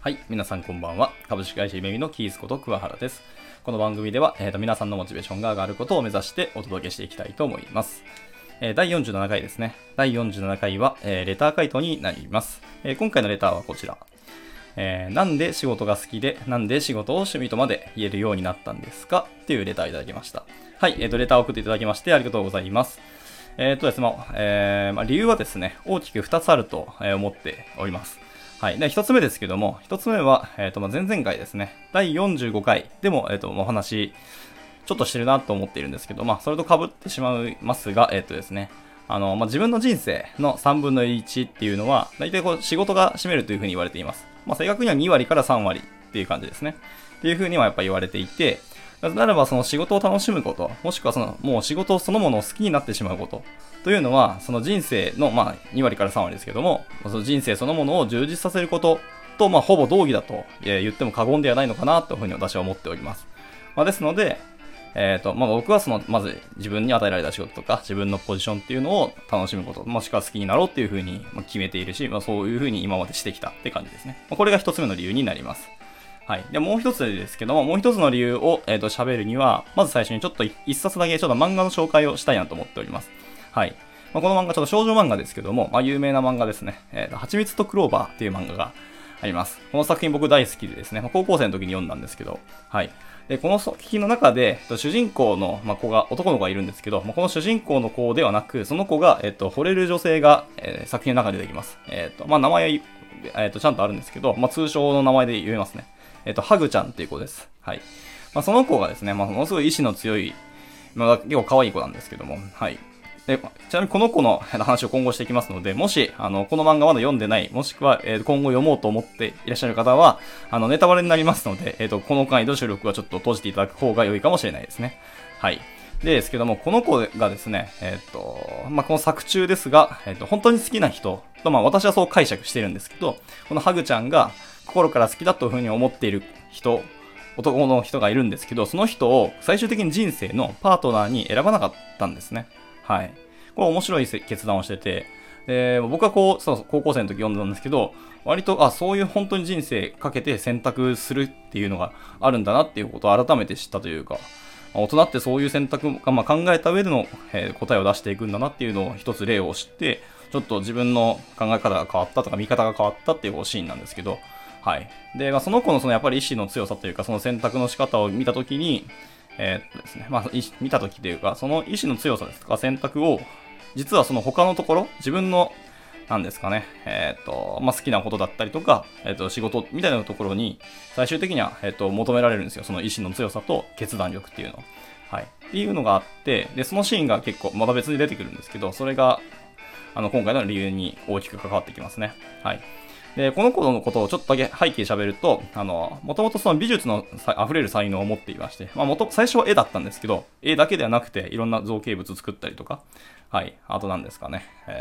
はい、皆さんこんばんは。株式会社夢見のキースこと桑原です。この番組では、皆さんのモチベーションが上がることを目指してお届けしていきたいと思います。第47回ですね。第47回は、レター回答になります。今回のレターはこちら。なんで仕事が好きで、なんで仕事を趣味とまで言えるようになったんですかっていうレターをいただきました。はい、レターを送っていただきましてありがとうございます。ですね、理由はですね、大きく2つあると思っております。はい。で、一つ目ですけども、一つ目は、前々回ですね、第45回でも、お話、ちょっとしてるなと思っているんですけど、それと被ってしまいますが、ですね、自分の人生の3分の1っていうのは、大体仕事が占めるというふうに言われています。正確には2割から3割っていう感じですね。っていうふうにはやっぱり言われていて、ならばその仕事を楽しむこと、もしくはもう仕事そのものを好きになってしまうことというのは、その人生の2割から3割ですけども、その人生そのものを充実させることとほぼ同義だと言っても過言ではないのかなというふうに私は思っております。ですので、僕はまず自分に与えられた仕事とか自分のポジションっていうのを楽しむこと、もしくは好きになろうっていうふうに決めているし、そういうふうに今までしてきたって感じですね。これが一つ目の理由になります。はい。で、もう一つですけども、もう一つの理由を、喋るには、まず最初にちょっと一冊だけちょっと漫画の紹介をしたいなと思っております。はい。この漫画ちょっと少女漫画ですけども、有名な漫画ですね。蜂蜜とクローバーっていう漫画があります。この作品僕大好きでですね、高校生の時に読んだんですけど、はい。で、この作品の中で、主人公の、男の子がいるんですけど、この主人公の子ではなく、その子が、惚れる女性が、作品の中で出てきます。名前、ちゃんとあるんですけど、通称の名前で言えますね。ハグちゃんっていう子です。はい。その子がですね、ものすごい意志の強い、結構可愛い子なんですけども、はい。で、ちなみにこの子の話を今後していきますので、もし、この漫画まだ読んでない、もしくは、今後読もうと思っていらっしゃる方は、ネタバレになりますので、この回の収録はちょっと閉じていただく方が良いかもしれないですね。はい。ですけども、この子がですね、この作中ですが、本当に好きな人と、私はそう解釈してるんですけど、このハグちゃんが心から好きだというふうに思っている人、男の人がいるんですけど、その人を最終的に人生のパートナーに選ばなかったんですね。はい。これ面白い決断をしてて、僕は高校生の時読んだんですけど、割と、そういう本当に人生かけて選択するっていうのがあるんだなっていうことを改めて知ったというか、大人ってそういう選択を考えた上での、答えを出していくんだなっていうのを一つ例を知って、ちょっと自分の考え方が変わったとか見方が変わったっていうシーンなんですけど、はい。で、その子のやっぱり意志の強さというか、その選択の仕方を見たときに、ですね、見たときというか、その意志の強さですとか選択を、実はその他のところ、自分の、なんですかね、好きなことだったりとか、仕事みたいなところに、最終的には、求められるんですよ。その意志の強さと決断力っていうの。はい。っていうのがあって、で、そのシーンが結構、また別に出てくるんですけど、それが、今回の理由に大きく関わってきますね。はい。で、この子のことをちょっとだけ背景喋ると、もともとその美術の溢れる才能を持っていまして、最初は絵だったんですけど、絵だけではなくて、いろんな造形物作ったりとか、はい。あと何ですかね。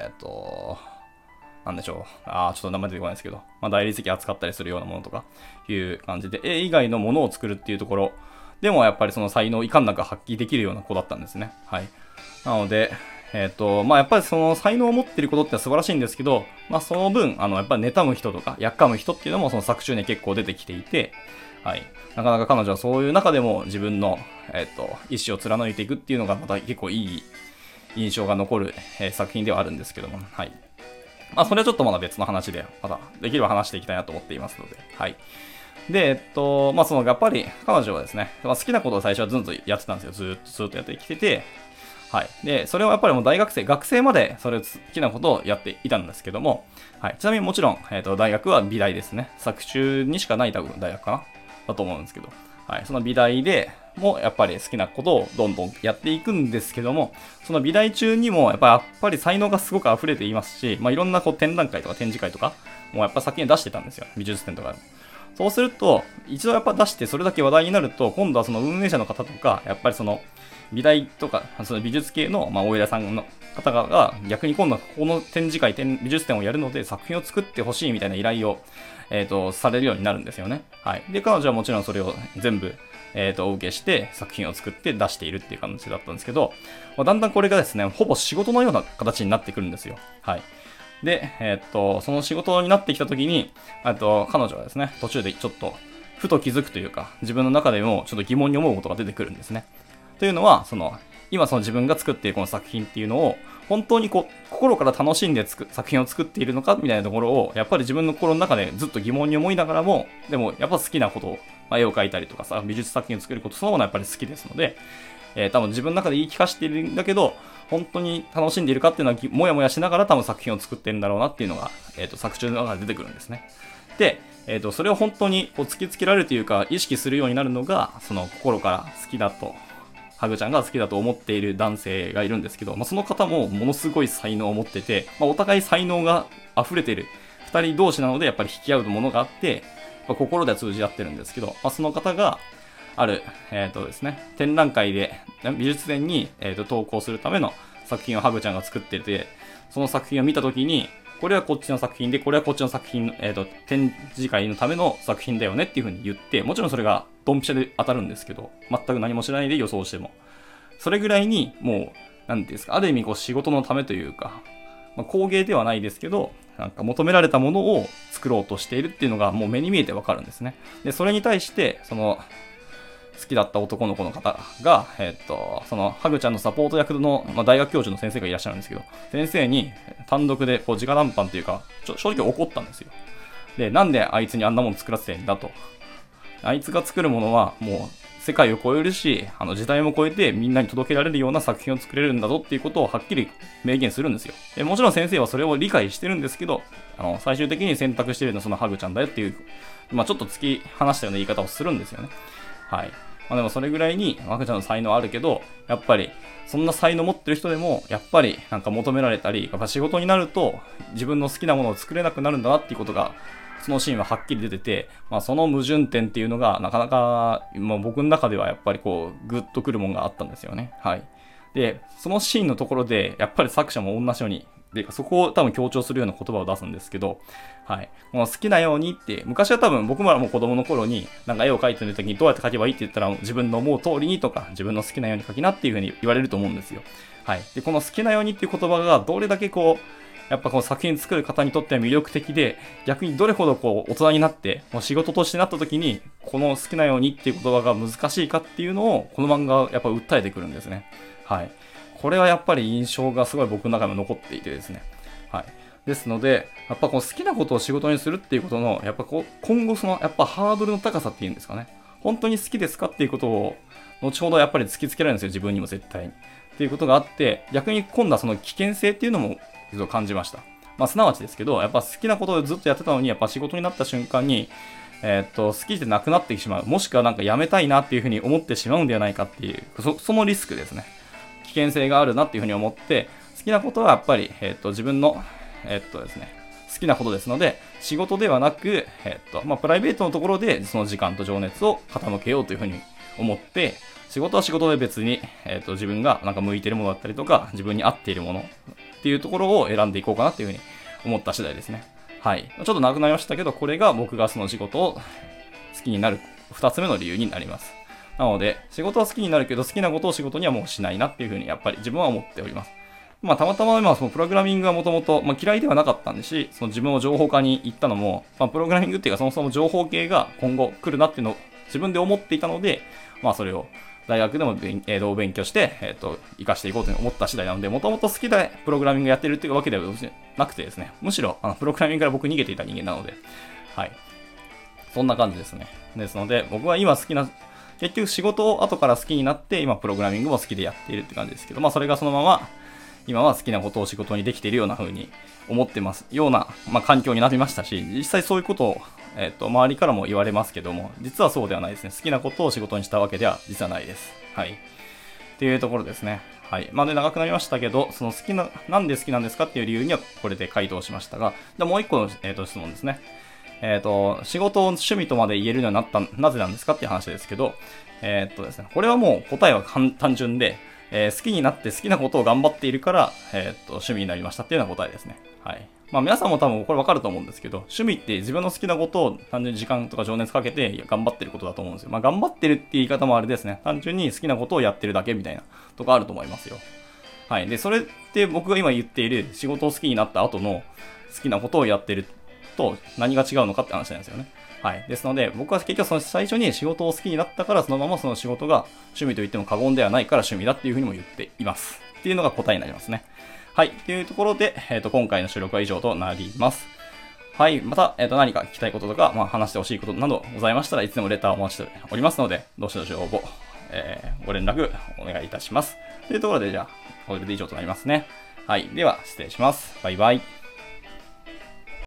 なんでしょう。ちょっと名前出てこないですけど、大理石扱ったりするようなものとか、いう感じで、絵以外のものを作るっていうところでも、やっぱりその才能をいかんなく発揮できるような子だったんですね。はい。なので、やっぱりその才能を持っていることって素晴らしいんですけど、その分、やっぱり妬む人とか、やっかむ人っていうのもその作中に結構出てきていて、はい。なかなか彼女はそういう中でも自分の、意思を貫いていくっていうのがまた結構いい印象が残る、作品ではあるんですけども、はい。それはちょっとまだ別の話で、またできれば話していきたいなと思っていますので、はい。で、やっぱり彼女はですね、好きなことを最初はずっとやってたんですよ。ずっとやってきてて、はい。で、それはやっぱりもう学生までそれを好きなことをやっていたんですけども、はい。ちなみにもちろん、大学は美大ですね。作中にしかない大学かなだと思うんですけど、はい。その美大でもやっぱり好きなことをどんどんやっていくんですけども、その美大中にもやっぱり才能がすごく溢れていますし、いろんな展覧会とか展示会とか、もうやっぱ先に出してたんですよ。美術展とか。そうすると、一度やっぱ出してそれだけ話題になると、今度はその運営者の方とか、やっぱりその、美大とか、その美術系の、お偉さんの方が逆に今度はこの展示会、美術展をやるので作品を作ってほしいみたいな依頼を、されるようになるんですよね。はい。で、彼女はもちろんそれを全部、お受けして作品を作って出しているっていう感じだったんですけど、だんだんこれがですね、ほぼ仕事のような形になってくるんですよ。はい。 で、その仕事になってきた時に、彼女はですね、途中でちょっと、ふと気づくというか、自分の中でもちょっと疑問に思うことが出てくるんですね。というのは、今その自分が作っているこの作品っていうのを、本当に心から楽しんで作品を作っているのかみたいなところを、やっぱり自分の心の中でずっと疑問に思いながらも、でもやっぱ好きなことを、絵を描いたりとかさ、美術作品を作ることそのものはやっぱり好きですので、多分自分の中で言い聞かせているんだけど、本当に楽しんでいるかっていうのはもやもやしながら多分作品を作ってるんだろうなっていうのが、作中の中で出てくるんですね。で、それを本当に突きつけられるというか、意識するようになるのが、その心から好きだと、ハグちゃんが好きだと思っている男性がいるんですけど、その方もものすごい才能を持ってて、お互い才能が溢れている二人同士なので、やっぱり引き合うものがあって、心では通じ合ってるんですけど、その方が、ある、ですね、展覧会で、美術展に、投稿するための作品をハグちゃんが作ってて、その作品を見たときに、これはこっちの作品で、これはこっちの作品、展示会のための作品だよねっていう風に言って、もちろんそれがドンピシャで当たるんですけど、全く何も知らないで予想しても。それぐらいに、もう、なんていうんですか、ある意味仕事のためというか、工芸ではないですけど、なんか求められたものを作ろうとしているっていうのがもう目に見えてわかるんですね。で、それに対して、好きだった男の子の方が、そのハグちゃんのサポート役の、大学教授の先生がいらっしゃるんですけど、先生に単独で直談判というか、正直怒ったんですよ。で、なんであいつにあんなもの作らせてんだと。あいつが作るものはもう世界を超えるし、時代も超えてみんなに届けられるような作品を作れるんだぞっていうことをはっきり明言するんですよ。でもちろん先生はそれを理解してるんですけど、最終的に選択しているのはそのハグちゃんだよっていう、ちょっと突き放したような言い方をするんですよね。はい。でもそれぐらいにハグちゃんの才能あるけど、やっぱりそんな才能持ってる人でもやっぱりなんか求められたり、やっぱ仕事になると自分の好きなものを作れなくなるんだなっていうことがそのシーンははっきり出てて、その矛盾点っていうのがなかなか、僕の中ではやっぱりグッとくるもんがあったんですよね。はい。で、そのシーンのところでやっぱり作者も同じようにで、そこを多分強調するような言葉を出すんですけど、はい。この好きなようにって、昔は多分僕も子供の頃に、なんか絵を描いてる時にどうやって描けばいいって言ったら、自分の思う通りにとか、自分の好きなように描きなっていう風に言われると思うんですよ。はい。で、この好きなようにっていう言葉がどれだけやっぱ作品作る方にとっては魅力的で、逆にどれほど大人になって、もう仕事としてなった時に、この好きなようにっていう言葉が難しいかっていうのを、この漫画はやっぱ訴えてくるんですね。はい。これはやっぱり印象がすごい僕の中でも残っていてですね。はい。ですので、やっぱ好きなことを仕事にするっていうことの、やっぱ今後やっぱハードルの高さっていうんですかね。本当に好きですかっていうことを、後ほどやっぱり突きつけられるんですよ、自分にも絶対に。っていうことがあって、逆に今度はその危険性っていうのも感じました。すなわちですけど、やっぱ好きなことをずっとやってたのに、やっぱ仕事になった瞬間に、好きでなくなってしまう。もしくはなんかやめたいなっていうふうに思ってしまうんではないかっていう、そのリスクですね。危険性があるなっていうふうに思って、好きなことはやっぱり、自分の、ですね、好きなことですので、仕事ではなく、プライベートのところでその時間と情熱を傾けようというふうに思って、仕事は仕事で別に、自分がなんか向いているものだったりとか、自分に合っているものっていうところを選んでいこうかなっていうふうに思った次第ですね。はい。ちょっと長くなりましたけど、これが僕がその仕事を好きになる2つ目の理由になります。なので、仕事は好きになるけど、好きなことを仕事にはもうしないなっていうふうにやっぱり自分は思っております。たまたま今そのプログラミングがもともと嫌いではなかったんですし、その自分を情報化に行ったのも、プログラミングっていうかそもそも情報系が今後来るなっていうのを自分で思っていたので、それを大学でも勉強して、活かしていこうと思った次第なので、もともと好きでプログラミングやってるっていうわけではなくてですね、むしろプログラミングから僕逃げていた人間なので、はい。そんな感じですね。ですので、僕は今好きな、結局仕事を後から好きになって、今プログラミングも好きでやっているって感じですけど、それがそのまま、今は好きなことを仕事にできているような風に思ってますような、環境になりましたし、実際そういうことを、周りからも言われますけども、実はそうではないですね。好きなことを仕事にしたわけでは実はないです。はい。っていうところですね。はい。で、長くなりましたけど、そのなんで好きなんですかっていう理由にはこれで回答しましたが、じゃあもう一個の、質問ですね。仕事を趣味とまで言えるようになった、なぜなんですかっていう話ですけど、ですね、これはもう答えは単純で、好きになって好きなことを頑張っているから、趣味になりましたっていうような答えですね。はい。皆さんも多分これ分かると思うんですけど、趣味って自分の好きなことを単純に時間とか情熱かけて頑張ってることだと思うんですよ。頑張ってるって言い方もあれですね。単純に好きなことをやってるだけみたいなとこあると思いますよ。 はい。で、それって僕が今言っている仕事を好きになった後の好きなことをやってると何が違うのかって話なんですよね。はい。ですので、僕は結局その最初に仕事を好きになったから、そのままその仕事が趣味と言っても過言ではないから趣味だっていうふうにも言っています。っていうのが答えになりますね。はい。というところで、今回の収録は以上となります。はい。また、何か聞きたいこととか、話してほしいことなどございましたらいつでもレターをお待ちしておりますので、どしどし応募、ご連絡お願いいたします。というところで、じゃあ、これで以上となりますね。はい。では、失礼します。バイバイ。